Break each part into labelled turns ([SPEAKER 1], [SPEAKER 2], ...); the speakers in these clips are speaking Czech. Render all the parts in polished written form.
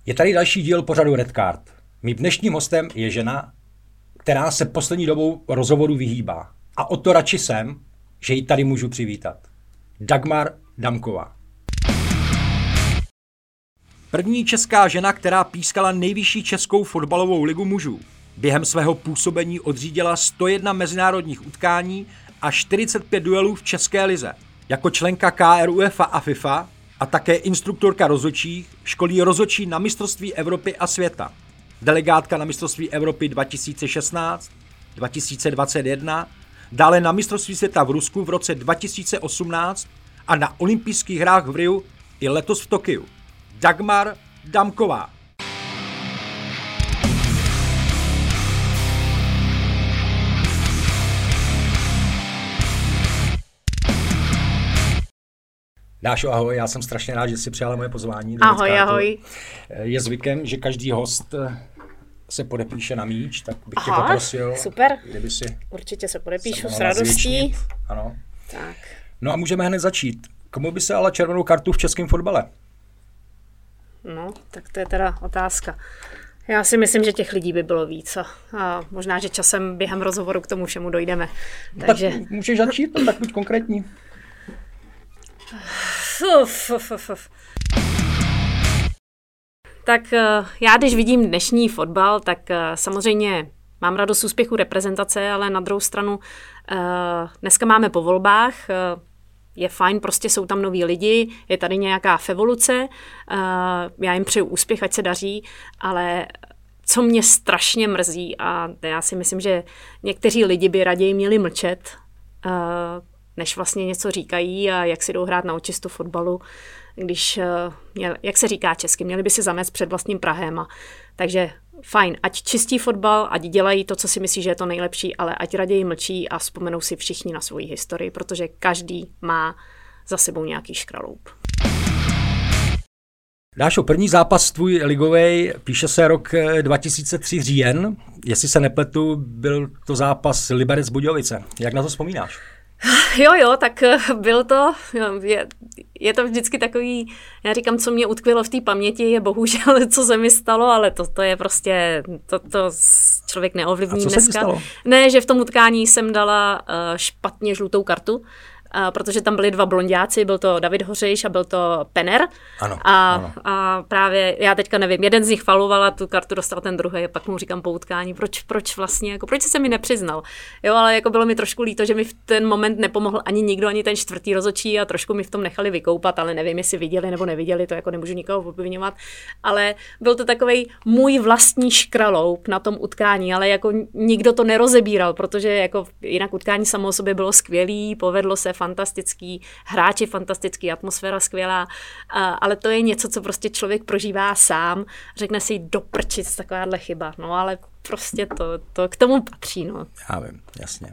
[SPEAKER 1] Je tady další díl pořadu Red Card. Mým dnešním hostem je žena, která se poslední dobou rozhovoru vyhýbá. A o to radši jsem, že ji tady můžu přivítat. Dagmar Damková. První česká žena, která pískala nejvyšší českou fotbalovou ligu mužů. Během svého působení odřídila 101 mezinárodních utkání a 45 duelů v české lize. Jako členka KR UEFA a FIFA a také instruktorka rozhodčích školí rozhodčí na mistrovství Evropy a světa. Delegátka na mistrovství Evropy 2016, 2021, dále na mistrovství světa v Rusku v roce 2018 a na olympijských hrách v Riu i letos v Tokiu. Dagmar Damková. Dášo, ahoj, já jsem strašně rád, že jsi přijala moje pozvání.
[SPEAKER 2] Ahoj.
[SPEAKER 1] Je zvykem, že každý host se podepíše na míč, tak bych tě poprosil.
[SPEAKER 2] Super,
[SPEAKER 1] kdyby si
[SPEAKER 2] určitě se podepíšu s radostí.
[SPEAKER 1] Ano.
[SPEAKER 2] Tak.
[SPEAKER 1] No a můžeme hned začít. Komu by se ale červenou kartu v českém fotbale?
[SPEAKER 2] No, tak to je teda otázka. Já si myslím, že těch lidí by bylo víc a možná, že časem během rozhovoru k tomu všemu dojdeme. Takže...
[SPEAKER 1] Tak můžeš začít, tak buď konkrétní.
[SPEAKER 2] Tak já, když vidím dnešní fotbal, tak samozřejmě mám radost úspěchu reprezentace, ale na druhou stranu dneska máme po volbách, je fajn, prostě jsou tam noví lidi, je tady nějaká evoluce, já jim přeju úspěch, ať se daří, ale co mě strašně mrzí, a já si myslím, že někteří lidi by raději měli mlčet, než vlastně něco říkají a jak si jdou hrát na očistu fotbalu, když, jak se říká česky, měli by si zamést před vlastním prahem. Takže fajn, ať čistí fotbal, ať dělají to, co si myslí, že je to nejlepší, ale ať raději mlčí a vzpomenou si všichni na svoji historii, protože každý má za sebou nějaký škraloup.
[SPEAKER 1] Dášo, první zápas tvůj ligovej, píše se rok 2003 říjen, jestli se nepletu, byl to zápas Liberec Budějovice. Jak na to vzpomínáš?
[SPEAKER 2] Jo, tak byl to, je to vždycky takový, já říkám, co mě utkvělo v té paměti, je bohužel, co se mi stalo, ale to je prostě, to člověk neovlivní dneska.
[SPEAKER 1] A co se ti stalo?
[SPEAKER 2] Ne, že v tom utkání jsem dala špatně žlutou kartu, protože tam byli dva blonďáci, byl to David Hořejš a byl to Penner.
[SPEAKER 1] Ano.
[SPEAKER 2] A právě, já teďka nevím, jeden z nich fauloval a tu kartu dostal ten druhý, a pak mu říkám po utkání, proč vlastně, jako proč se mi nepřiznal. Jo, ale jako bylo mi trošku líto, že mi v ten moment nepomohl ani nikdo, ani ten čtvrtý rozhodčí a trošku mi v tom nechali vykoupat, ale nevím, jestli viděli nebo neviděli, to jako nemůžu nikoho obviňovat, ale byl to takovej můj vlastní škraloup na tom utkání, ale jako nikdo to nerozebíral, protože jako jinak utkání samo o sobě bylo skvělý, povedlo se, fantastický, hráči fantastický, atmosféra skvělá, ale to je něco, co prostě člověk prožívá sám, řekne si doprčit takováhle chyba, no ale prostě to k tomu patří, no.
[SPEAKER 1] Já vím, jasně.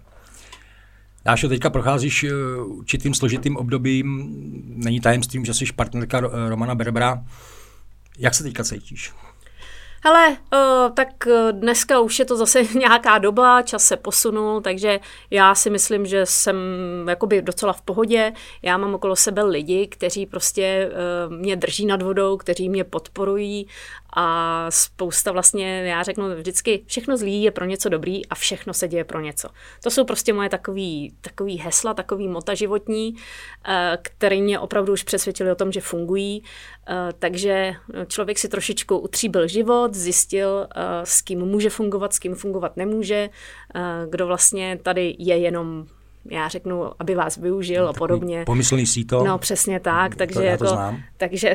[SPEAKER 1] Dášo, teďka procházíš určitým složitým obdobím, není tajemstvím, že jsi partnerka Romana Berbera. Jak se teďka cítíš?
[SPEAKER 2] Hele, tak dneska už je to zase nějaká doba, čas se posunul, takže já si myslím, že jsem jakoby docela v pohodě. Já mám okolo sebe lidi, kteří prostě mě drží nad vodou, kteří mě podporují a spousta vlastně, já řeknu vždycky, všechno zlý je pro něco dobrý a všechno se děje pro něco. To jsou prostě moje takový hesla, takový mota životní, které mě opravdu už přesvědčili o tom, že fungují. Takže člověk si trošičku utříbil život, zjistil, s kým může fungovat, s kým fungovat nemůže, kdo vlastně tady je jenom, já řeknu, aby vás využil a podobně.
[SPEAKER 1] Pomyslný síto.
[SPEAKER 2] No přesně tak, takže
[SPEAKER 1] já to znám.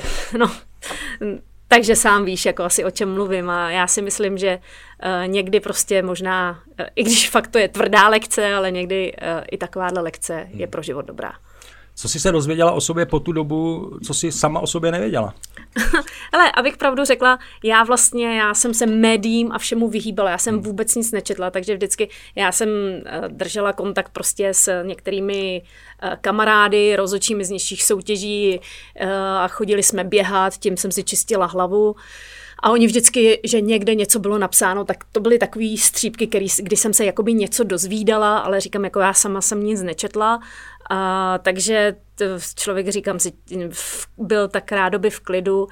[SPEAKER 2] Takže sám víš, jako asi o čem mluvím, a já si myslím, že někdy prostě možná, i když fakt to je tvrdá lekce, ale někdy i takováhle lekce je pro život dobrá.
[SPEAKER 1] Co jsi se dozvěděla o sobě po tu dobu, co jsi sama o sobě nevěděla?
[SPEAKER 2] Hele, abych pravdu řekla, já jsem se médiím a všemu vyhýbala, já jsem vůbec nic nečetla, takže vždycky já jsem držela kontakt prostě s některými kamarády, rozhodčími z nižších soutěží a chodili jsme běhat, tím jsem si čistila hlavu. A oni vždycky, že někde něco bylo napsáno, tak to byly takový střípky, kdy jsem se jakoby něco dozvídala, ale říkám, jako já sama jsem nic nečetla. Takže člověk, říkám si, byl tak rádoby v klidu,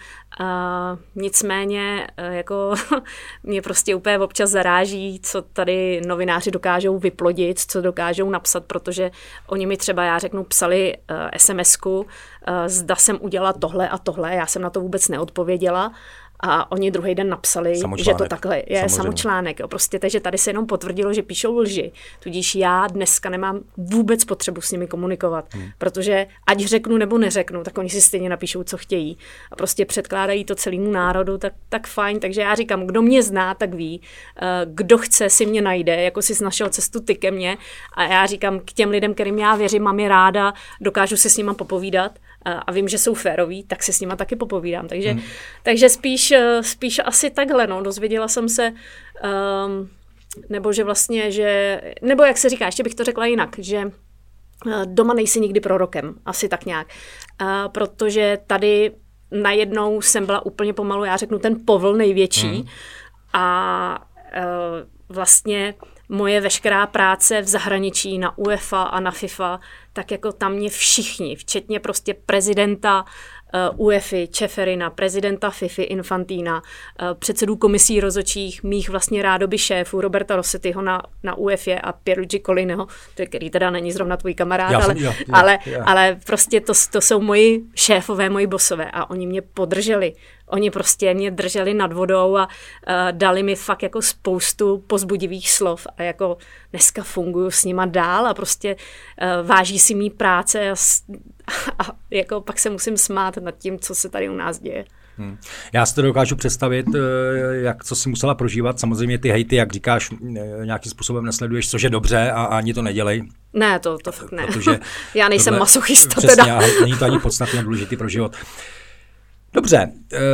[SPEAKER 2] nicméně jako mě prostě úplně občas zaráží, co tady novináři dokážou vyplodit, co dokážou napsat, protože oni mi třeba, já řeknu, psali SMS-ku, zda jsem udělala tohle a tohle, já jsem na to vůbec neodpověděla. A oni druhý den napsali, že to takhle je samočlánek. Jo. Prostě, takže tady se jenom potvrdilo, že píšou lži. Tudíž já dneska nemám vůbec potřebu s nimi komunikovat. Protože ať řeknu nebo neřeknu, tak oni si stejně napíšou, co chtějí. A prostě předkládají to celému národu, tak fajn. Takže já říkám, kdo mě zná, tak ví. Kdo chce, si mě najde. Jako si našel cestu ty ke mně. A já říkám k těm lidem, kterým já věřím, mám je ráda, dokážu si s nima popovídat. A vím, že jsou féroví, tak se s nima taky popovídám. Takže spíš asi takhle, no. Dozvěděla jsem se, nebo že vlastně, nebo jak se říká, ještě bych to řekla jinak, že doma nejsi nikdy prorokem, asi tak nějak. Protože tady najednou jsem byla úplně pomalu, já řeknu, ten povl největší a vlastně moje veškerá práce v zahraničí na UEFA a na FIFA, tak jako tam mě všichni, včetně prostě prezidenta UEFI, Čeferina, prezidenta FIFA Infantina, předsedů komisí rozhodčích, mých vlastně rádoby šéfů, Roberta Rossettiho na UEFA a Pierluigi Collineho, který teda není zrovna tvůj kamarád, ale prostě to jsou moji šéfové, moji bosové a oni mě podrželi. Oni prostě mě drželi nad vodou a dali mi fakt jako spoustu povzbudivých slov a jako dneska funguju s nima dál a prostě váží si mý práce a jako pak se musím smát nad tím, co se tady u nás děje.
[SPEAKER 1] Já si to dokážu představit, co jsi musela prožívat. Samozřejmě ty hejty, jak říkáš, nějakým způsobem nesleduješ, což je dobře a ani to nedělej.
[SPEAKER 2] Ne, to fakt ne. Já nejsem masochista
[SPEAKER 1] přesně,
[SPEAKER 2] teda.
[SPEAKER 1] A není to ani podstatně důležitý pro život. Dobře,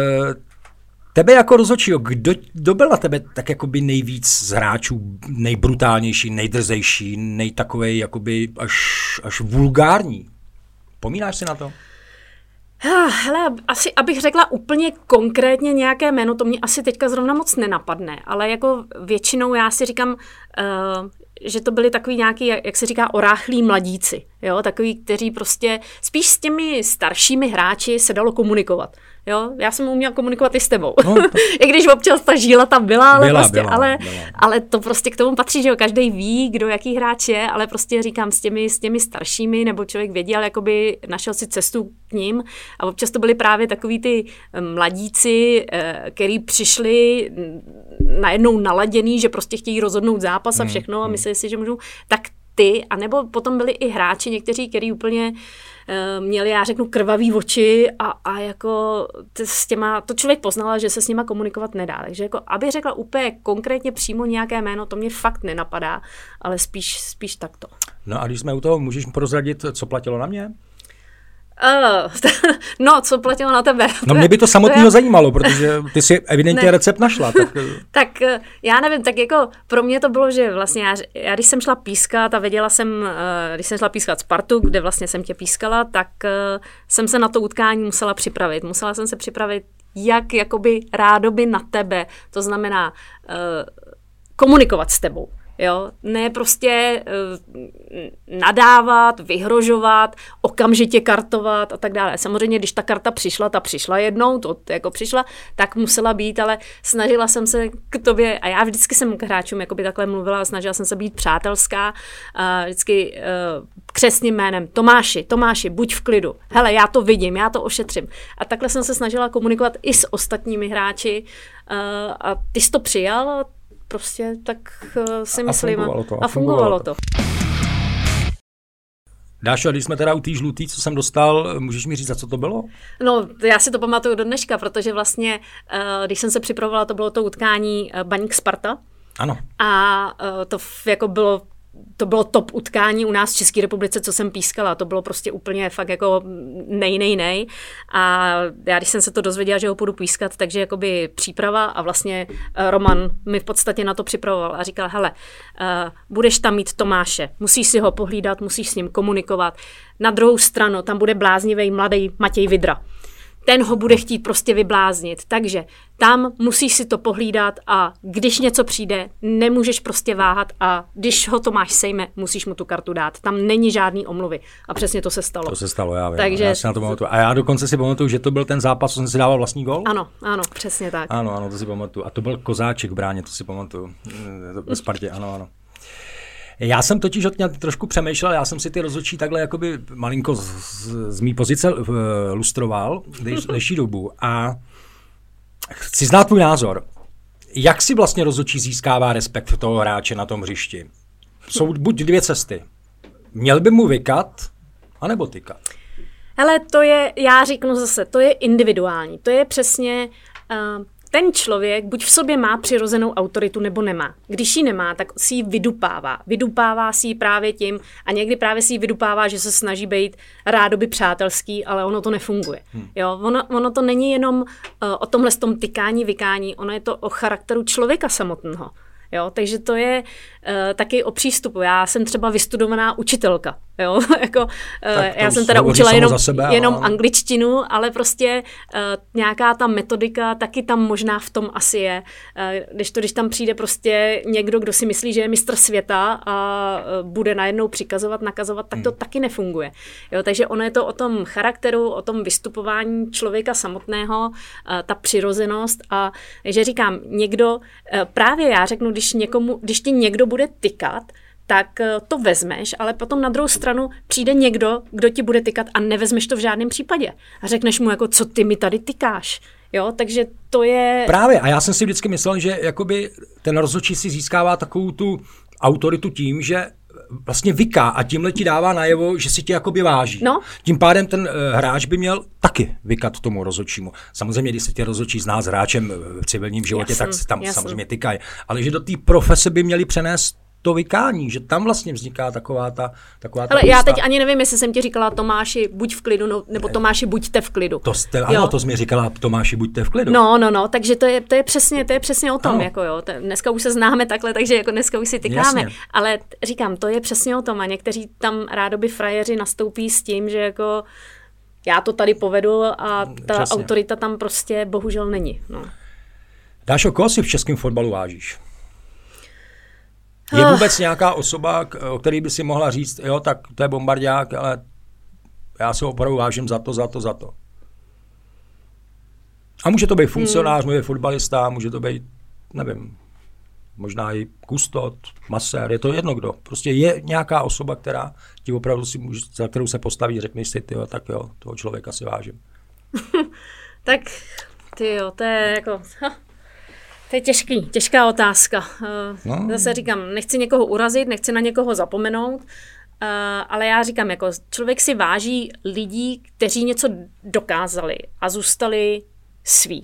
[SPEAKER 1] tebe jako rozhodčího, kdo byl na tebe tak jakoby nejvíc z hráčů, nejbrutálnější, nejdrzejší, nejtakovej jakoby až vulgární? Pomínáš si na to?
[SPEAKER 2] Hele, asi abych řekla úplně konkrétně nějaké jméno, to mě asi teďka zrovna moc nenapadne, ale jako většinou já si říkám, že to byli takový nějaký, jak se říká, oráchlí mladíci, jo, takový, kteří prostě spíš s těmi staršími hráči se dalo komunikovat. Jo, já jsem uměla komunikovat i s tebou. No, i když občas ta žíla tam byla, ale to prostě k tomu patří, že jo, každý ví, kdo jaký hráč je, ale prostě říkám s těmi staršími, nebo člověk věděl, jakoby našel si cestu k ním a občas to byli právě takový ty mladíci, který přišli najednou naladěný, že prostě chtějí rozhodnout zápas a všechno a mysleli si, že můžou, tak ty, anebo potom byli i hráči někteří, kteří úplně měli, já řeknu, krvavý oči a jako s těma, to člověk poznala, že se s nima komunikovat nedá. Takže jako, aby řekla úplně konkrétně přímo nějaké jméno, to mě fakt nenapadá, ale spíš takto.
[SPEAKER 1] No a když jsme u toho, můžeš prozradit, co platilo na mě?
[SPEAKER 2] No, co platilo na tebe?
[SPEAKER 1] No mě by to samotného zajímalo, protože ty si evidentně recept našla.
[SPEAKER 2] Tak já nevím, tak jako pro mě to bylo, že vlastně já když jsem šla pískat a věděla jsem, když jsem šla pískat Spartu, kde vlastně jsem tě pískala, tak jsem se na to utkání musela připravit. Musela jsem se připravit jak jakoby rádoby na tebe, to znamená komunikovat s tebou. Jo, ne prostě nadávat, vyhrožovat, okamžitě kartovat a tak dále. Samozřejmě, když ta karta přišla jednou, to jako přišla, tak musela být, ale snažila jsem se k tobě, a já vždycky jsem k hráčům jakoby takhle mluvila, snažila jsem se být přátelská, vždycky křestním jménem Tomáši, buď v klidu, hele, já to vidím, já to ošetřím. A takhle jsem se snažila komunikovat i s ostatními hráči a ty jsi to přijal, prostě tak si myslím. A fungovalo to.
[SPEAKER 1] Dášo, a když jsme teda u té žlutý, co jsem dostal, můžeš mi říct, za co to bylo?
[SPEAKER 2] No, já si to pamatuju do dneška, protože vlastně, když jsem se připravovala, to bylo to utkání Baník Sparta.
[SPEAKER 1] Ano.
[SPEAKER 2] A to jako to bylo top utkání u nás v České republice, co jsem pískala. To bylo prostě úplně fakt jako nej. A já, když jsem se to dozvěděla, že ho půjdu pískat, takže jakoby příprava a vlastně Roman mi v podstatě na to připravoval a říkal, hele, budeš tam mít Tomáše, musíš si ho pohlídat, musíš s ním komunikovat. Na druhou stranu tam bude bláznivý mladý Matěj Vidra. ten ho bude chtít prostě vybláznit. Takže tam musíš si to pohlídat a když něco přijde, nemůžeš prostě váhat a když ho Tomáš sejme, musíš mu tu kartu dát. Tam není žádný omluvy. A přesně to se stalo.
[SPEAKER 1] To se stalo, já vím.
[SPEAKER 2] Takže...
[SPEAKER 1] Já si na to pamatuju. A já dokonce si pamatuju, že to byl ten zápas, co jsem si dával vlastní gól.
[SPEAKER 2] Ano, přesně tak.
[SPEAKER 1] Ano, to si pamatuju. A to byl Kozáček v bráně, to si pamatuju. Ve Spartě, ano. Já jsem totiž od něj trošku přemýšlel, já jsem si ty rozhodčí takhle jakoby malinko z mý pozice lustroval delší dobu a chci znát tvůj názor. Jak si vlastně rozhodčí získává respekt toho hráče na tom hřišti? Jsou buď dvě cesty. Měl by mu vykat, anebo tykat?
[SPEAKER 2] Hele, to je, já řeknu zase, to je individuální. To je přesně... ten člověk buď v sobě má přirozenou autoritu, nebo nemá. Když ji nemá, tak si ji vydupává. Vydupává si ji právě tím a někdy právě si ji vydupává, že se snaží být rádoby přátelský, ale ono to nefunguje. Jo, ono to není jenom o tomhle tom tykání, vykání, ono je to o charakteru člověka samotného. Jo, takže to je taky o přístupu. Já jsem třeba vystudovaná učitelka. Jo? Jako, já jsem teda učila jenom angličtinu, ale prostě nějaká ta metodika taky tam možná v tom asi je. Když tam přijde prostě někdo, kdo si myslí, že je mistr světa a bude najednou přikazovat, nakazovat, tak to taky nefunguje. Jo? Takže ono je to o tom charakteru, o tom vystupování člověka samotného, ta přirozenost a že říkám, někdo, právě já řeknu, když ti někdo bude tykat, tak to vezmeš, ale potom na druhou stranu přijde někdo, kdo ti bude tykat a nevezmeš to v žádném případě. A řekneš mu, jako, co ty mi tady tykáš. Jo, takže to je...
[SPEAKER 1] Právě, a já jsem si vždycky myslel, že jakoby ten rozhodčí si získává takovou tu autoritu tím, že vlastně vyká a tímhle ti dává najevo, že si tě jakoby váží.
[SPEAKER 2] No.
[SPEAKER 1] Tím pádem ten hráč by měl taky vykat tomu rozhodčímu. Samozřejmě, když se tě rozhodčí zná s hráčem v civilním životě, tak tam samozřejmě tykají. Ale že do té profese by měli přenést to vykání, že tam vlastně vzniká taková ta
[SPEAKER 2] Ale já teď ani nevím, jestli jsem ti říkala Tomáši, buď v klidu, nebo Tomáši, buďte v klidu.
[SPEAKER 1] Ano, to jsi mi říkala Tomáši, buďte v klidu.
[SPEAKER 2] No, takže to je přesně o tom. Jako jo. Dneska už se známe takhle, takže jako dneska už si tykáme. Jasně. Ale říkám, to je přesně o tom a někteří tam rádoby frajeři nastoupí s tím, že jako já to tady povedu a ta autorita tam prostě bohužel není. No.
[SPEAKER 1] Dášo, koho si v českém fotbalu vážíš? Je vůbec nějaká osoba, o který by si mohla říct, jo, tak to je bombardák, ale já se opravdu vážím za to. A může to být funkcionář, může být fotbalista, může to být, nevím, možná i kustot, masér, je to jedno kdo. Prostě je nějaká osoba, která ti opravdu za kterou se postaví, řekneš si, tyjo, tak jo, toho člověka si vážím.
[SPEAKER 2] Tak, tyjo, to je jako... To je těžká otázka. Zase říkám, nechci někoho urazit, nechci na někoho zapomenout, ale já říkám, jako člověk si váží lidí, kteří něco dokázali a zůstali svý.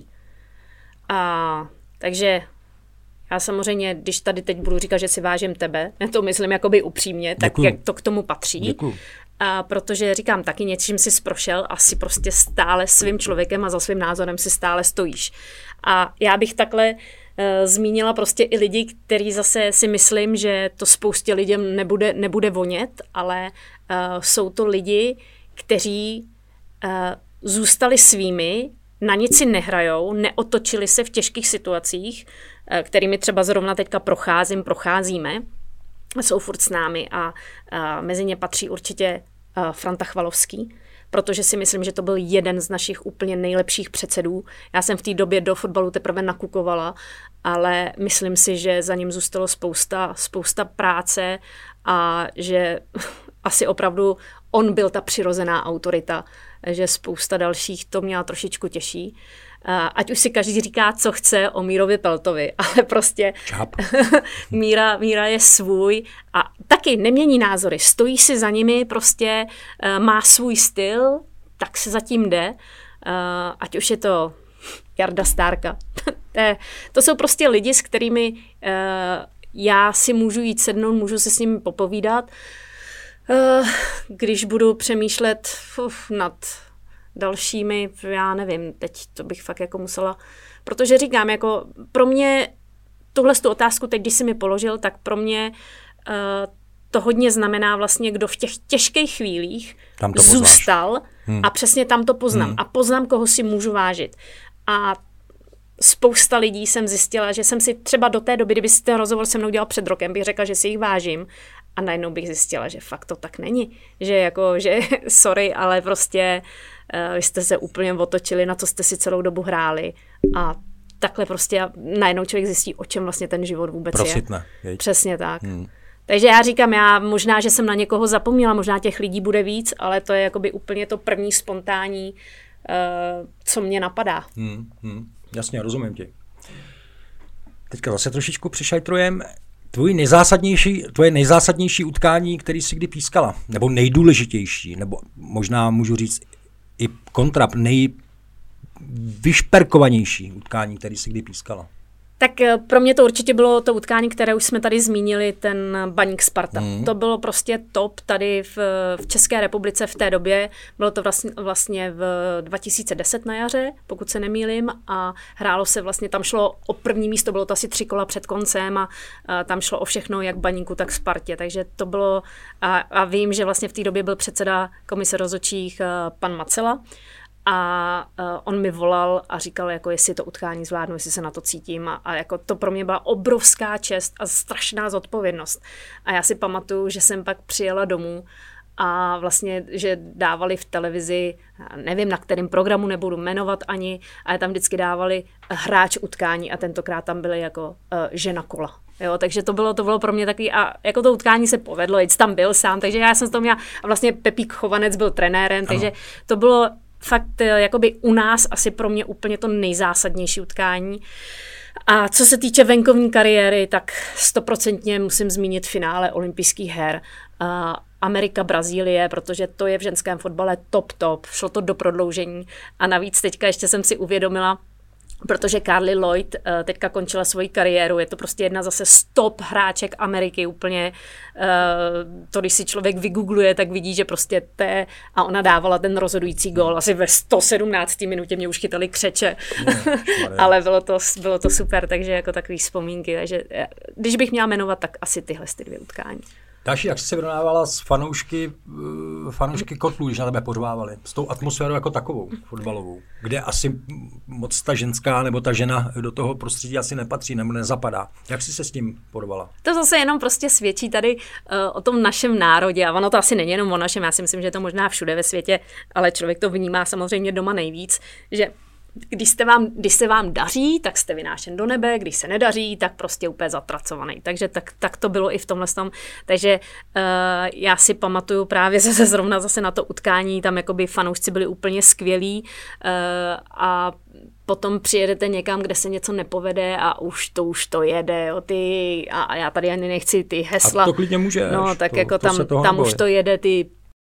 [SPEAKER 2] Takže já samozřejmě, když tady teď budu říkat, že si vážím tebe, to myslím jakoby upřímně, tak
[SPEAKER 1] Děkuju.
[SPEAKER 2] jak to k tomu patří.
[SPEAKER 1] Děkuju.
[SPEAKER 2] Protože říkám, taky něčím si prošel a si prostě stále svým člověkem a za svým názorem si stále stojíš. A já bych takhle zmínila prostě i lidi, kteří zase si myslím, že to spoustě lidem nebude vonět, ale jsou to lidi, kteří zůstali svými, na nic si nehrajou, neotočili se v těžkých situacích, kterými třeba zrovna teďka procházíme, jsou furt s námi a mezi ně patří určitě Franta Chvalovský, protože si myslím, že to byl jeden z našich úplně nejlepších předsedů. Já jsem v té době do fotbalu teprve nakukovala, ale myslím si, že za ním zůstalo spousta práce a že asi opravdu on byl ta přirozená autorita, že spousta dalších to měla trošičku těžší. Ať už si každý říká, co chce o Mírovi Peltovi, ale prostě Míra je svůj a taky nemění názory, stojí si za nimi, prostě má svůj styl, tak se zatím jde, ať už je to Jarda Stárka. To jsou prostě lidi, s kterými já si můžu jít sednout, můžu si s nimi popovídat, když budu přemýšlet nad dalšími, já nevím, teď to bych fakt jako musela, protože říkám, jako pro mě tuhle tu otázku teď, když jsi mi položil, tak pro mě to hodně znamená vlastně, kdo v těch těžkých chvílích zůstal a přesně tam to poznám. A poznám, koho si můžu vážit. A spousta lidí jsem zjistila, že jsem si třeba do té doby, kdyby si ten rozhovor se mnou dělal před rokem, bych řekla, že si jich vážím. A najednou bych zjistila, že fakt to tak není. Že sorry, ale prostě vy jste se úplně otočili, na co jste si celou dobu hráli. A takhle prostě najednou člověk zjistí, o čem vlastně ten život vůbec
[SPEAKER 1] Prositne,
[SPEAKER 2] je. Přesně tak. Takže já říkám, možná, že jsem na někoho zapomněla, možná těch lidí bude víc, ale to je jakoby úplně to první spontánní, co mě napadá.
[SPEAKER 1] Jasně, rozumím ti. Teďka zase trošičku přešajtrujem. Tvoje nejzásadnější utkání, který jsi kdy pískala, nebo nejdůležitější, nebo možná můžu říct i kontrap, nejvyšperkovanější utkání, který jsi kdy pískala.
[SPEAKER 2] Tak pro mě to určitě bylo to utkání, které už jsme tady zmínili, ten Baník Sparta. To bylo prostě top tady v České republice v té době. Bylo to vlastně v 2010 na jaře, pokud se nemýlím, a hrálo se vlastně, tam šlo o první místo, bylo to asi 3 kola před koncem a tam šlo o všechno, jak Baníku, tak Spartě. Takže to bylo, a vím, že vlastně v té době byl předseda komise rozhodčích pan Macela, a on mi volal a říkal, jako jestli to utkání zvládnu, jestli se na to cítím. A jako to pro mě byla obrovská čest a strašná zodpovědnost. A já si pamatuju, že jsem pak přijela domů a vlastně, že dávali v televizi, nevím na kterém programu, nebudu jmenovat ani, ale tam vždycky dávali hráč utkání a tentokrát tam byly jako žena kola. Jo, takže to bylo pro mě takový, a jako to utkání se povedlo, jít tam byl sám, takže já jsem to měla, a vlastně Pepík Chovanec byl trenérem, takže to bylo fakt jakoby u nás asi pro mě úplně to nejzásadnější utkání. A co se týče venkovní kariéry, tak 100% musím zmínit finále olympijských her. Amerika, Brazílie, protože to je v ženském fotbale top. Šlo to do prodloužení. A navíc teďka ještě jsem si uvědomila, protože Carly Lloyd teďka končila svoji kariéru, je to prostě jedna zase stop hráček Ameriky úplně, to když si člověk vygoogluje, tak vidí, že prostě a ona dávala ten rozhodující gól, asi ve 117. minutě mě už chytali křeče, ale bylo to super, takže jako takový vzpomínky, takže když bych měla jmenovat, tak asi tyhle 2 utkání.
[SPEAKER 1] Další, jak jsi se vyrovnávala s fanoušky Kotlů, když na tebe pořvávali, s tou atmosférou jako takovou fotbalovou, kde asi moc ta ženská nebo ta žena do toho prostředí asi nepatří nebo nezapadá. Jak jsi se s tím porvala?
[SPEAKER 2] To zase jenom prostě svědčí tady o tom našem národě, a ono to asi není jenom o našem, já si myslím, že je to možná všude ve světě, ale člověk to vnímá samozřejmě doma nejvíc, že když se vám daří, tak jste vynášen do nebe, když se nedaří, tak prostě úplně zatracovaný. Takže tak to bylo i v tomhle tom. Takže já si pamatuju právě zrovna zase na to utkání, tam jakoby fanoušci byli úplně skvělí a potom přijedete někam, kde se něco nepovede a už to jede, jo, a já tady ani nechci ty hesla.
[SPEAKER 1] A to klidně můžeš.
[SPEAKER 2] No, tak jako tam už to jede ty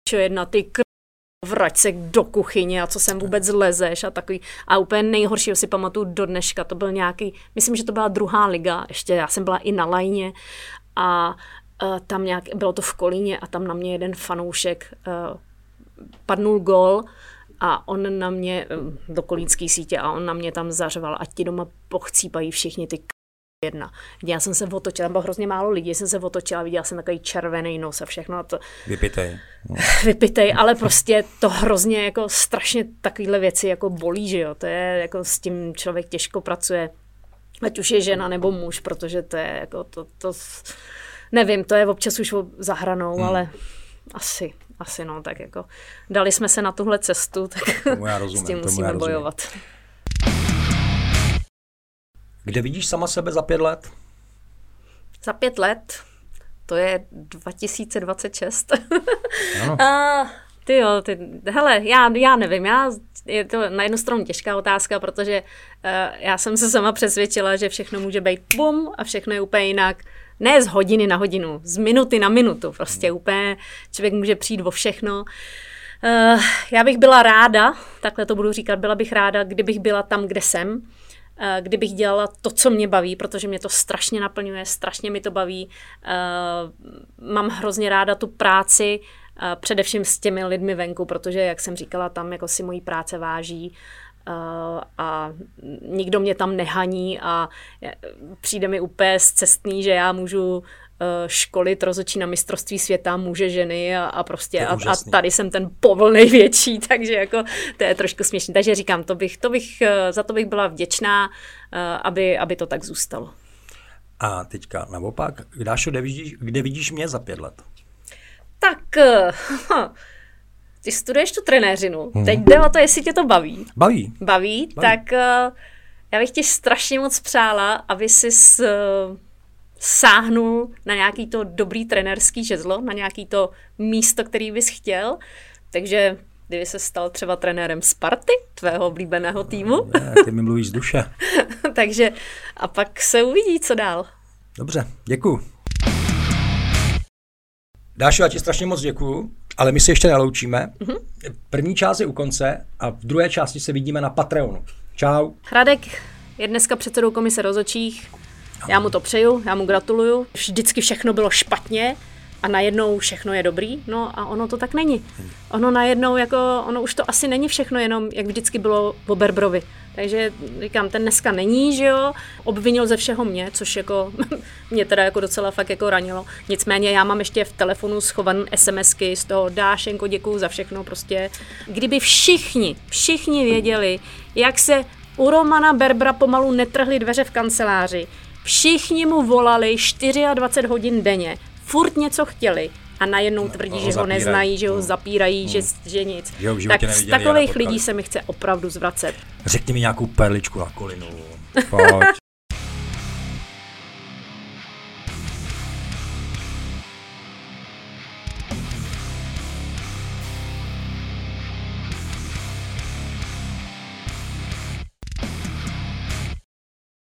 [SPEAKER 2] vrať se do kuchyně a co sem vůbec lezeš a takový. A úplně nejhoršího si pamatuju do dneška, to byl nějaký, myslím, že to byla 2. liga, ještě já jsem byla i na lajně a tam bylo to v Kolíně a tam na mě jeden fanoušek padnul gól a on na mě, do kolínský sítě, a on na mě tam zařval, ať ti doma pochcípají všichni ty jedna. Já jsem se otočila, tam bylo hrozně málo lidí, jsem se otočila, viděla jsem takový červený nos a všechno. A to... Vypitej, ale prostě to hrozně jako strašně takovýhle věci jako bolí, že jo. To je jako s tím člověk těžko pracuje, ať už je žena nebo muž, protože to je jako to nevím, to je občas už za hranou, ale asi no, tak jako dali jsme se na tuhle cestu, tak s tím musíme bojovat.
[SPEAKER 1] Kde vidíš sama sebe za 5 let?
[SPEAKER 2] Za 5 let? To je 2026.
[SPEAKER 1] Ano.
[SPEAKER 2] Hele, já nevím, je to na jednu stranu těžká otázka, protože já jsem se sama přesvědčila, že všechno může být bum a všechno je úplně jinak. Ne z hodiny na hodinu, z minuty na minutu. Prostě úplně člověk může přijít o všechno. Já bych byla ráda, takhle to budu říkat, byla bych ráda, kdybych byla tam, kde jsem, kdybych dělala to, co mě baví, protože mě to strašně naplňuje, strašně mi to baví. Mám hrozně ráda tu práci, především s těmi lidmi venku, protože, jak jsem říkala, tam jako si mojí práce váží a nikdo mě tam nehaní a přijde mi úplně scestný, že já můžu školit rozhodčí na mistrovství světa muže, ženy a prostě a tady jsem ten povl největší, takže jako to je trošku směšný. Takže říkám, za to bych byla vděčná, aby to tak zůstalo.
[SPEAKER 1] A teďka naopak, Dášo, kde vidíš mě za 5 let?
[SPEAKER 2] Tak, ty studuješ tu trenéřinu, teď jde o to, jestli tě to baví. Baví. Tak já bych ti strašně moc přála, aby jsi sáhnul na nějaký to dobrý trenérský žezlo, na nějaký to místo, který bys chtěl. Takže kdyby se stal třeba trenérem Sparty, tvého oblíbeného týmu.
[SPEAKER 1] Ty mi mluvíš z duše.
[SPEAKER 2] Takže a pak se uvidí, co dál.
[SPEAKER 1] Dobře, děkuju. Dášo, já ti strašně moc děkuju, ale my se ještě neloučíme. První část je u konce a v druhé části se vidíme na Patreonu. Čau.
[SPEAKER 2] Hradek je dneska předsedou komise rozhodčích. Já mu to přeju, já mu gratuluju. Vždycky všechno bylo špatně a najednou všechno je dobrý. No a ono to tak není. Ono najednou, ono už to asi není všechno jenom, jak vždycky bylo o Berbrovi. Takže říkám, ten dneska není, že jo, obvinil ze všeho mě, což jako mě teda jako docela fakt jako ranilo. Nicméně já mám ještě v telefonu schované SMSky z toho Dášenko, děkuju za všechno prostě. Kdyby všichni věděli, jak se u Romana Berbra pomalu netrhly dveře v kanceláři, všichni mu volali 24 hodin denně, furt něco chtěli a najednou tvrdí, že ho neznají, že ho zapírají, že nic. Tak z takových lidí se mi chce opravdu zvracet.
[SPEAKER 1] Řekni mi nějakou perličku na kolinu. Pojď.